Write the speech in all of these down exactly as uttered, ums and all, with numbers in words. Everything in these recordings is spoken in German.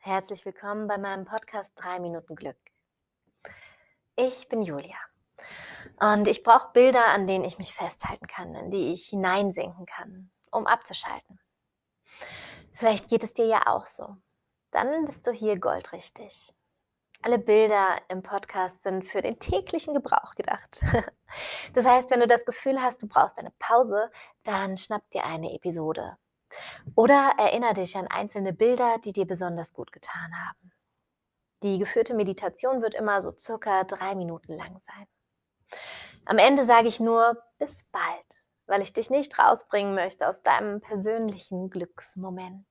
Herzlich willkommen bei meinem Podcast drei Minuten Glück. Ich bin Julia und ich brauche Bilder, an denen ich mich festhalten kann, in die ich hineinsinken kann, um abzuschalten. Vielleicht geht es dir ja auch so. Dann bist du hier goldrichtig. Alle Bilder im Podcast sind für den täglichen Gebrauch gedacht. Das heißt, wenn du das Gefühl hast, du brauchst eine Pause, dann schnapp dir eine Episode. Oder erinnere dich an einzelne Bilder, die dir besonders gut getan haben. Die geführte Meditation wird immer so circa drei Minuten lang sein. Am Ende sage ich nur bis bald, weil ich dich nicht rausbringen möchte aus deinem persönlichen Glücksmoment.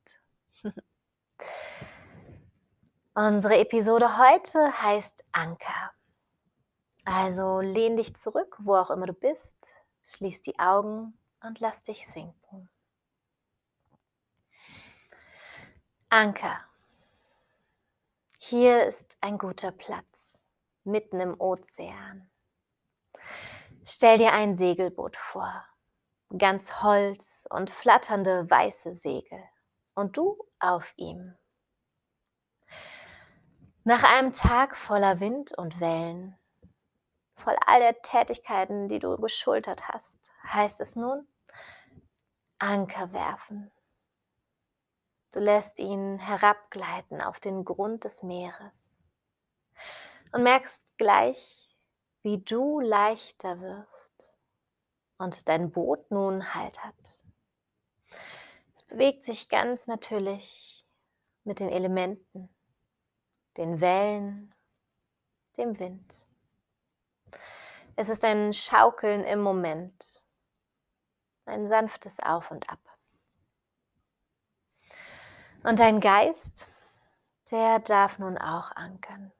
Unsere Episode heute heißt Anker. Also lehn dich zurück, wo auch immer du bist, schließ die Augen und lass dich sinken. Anker. Hier ist ein guter Platz, mitten im Ozean. Stell dir ein Segelboot vor, ganz Holz und flatternde weiße Segel und du auf ihm. Nach einem Tag voller Wind und Wellen, voll all der Tätigkeiten, die du geschultert hast, heißt es nun, Anker werfen. Du lässt ihn herabgleiten auf den Grund des Meeres und merkst gleich, wie du leichter wirst und dein Boot nun Halt hat. Es bewegt sich ganz natürlich mit den Elementen, den Wellen, dem Wind. Es ist ein Schaukeln im Moment, ein sanftes Auf und Ab. Und dein Geist, der darf nun auch ankern.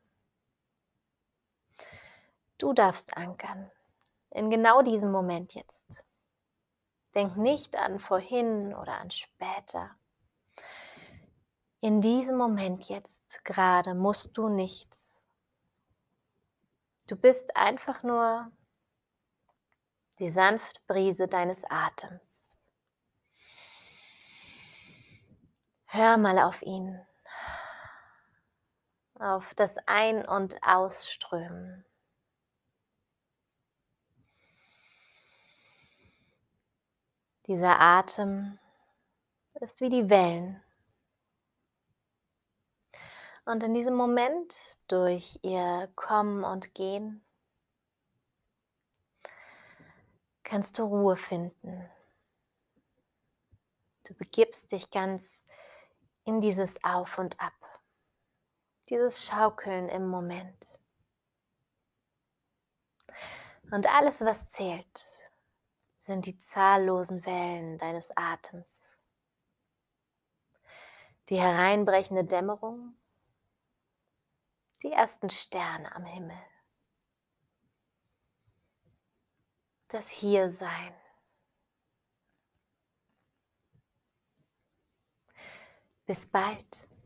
Du darfst ankern, in genau diesem Moment jetzt. Denk nicht an vorhin oder an später. In diesem Moment jetzt gerade musst du nichts. Du bist einfach nur die sanfte Brise deines Atems. Hör mal auf ihn, auf das Ein- und Ausströmen. Dieser Atem ist wie die Wellen. Und in diesem Moment, durch ihr Kommen und Gehen, kannst du Ruhe finden. Du begibst dich ganz in dieses Auf und Ab, dieses Schaukeln im Moment. Und alles, was zählt, sind die zahllosen Wellen deines Atems. Die hereinbrechende Dämmerung, die ersten Sterne am Himmel. Das Hiersein. Bis bald.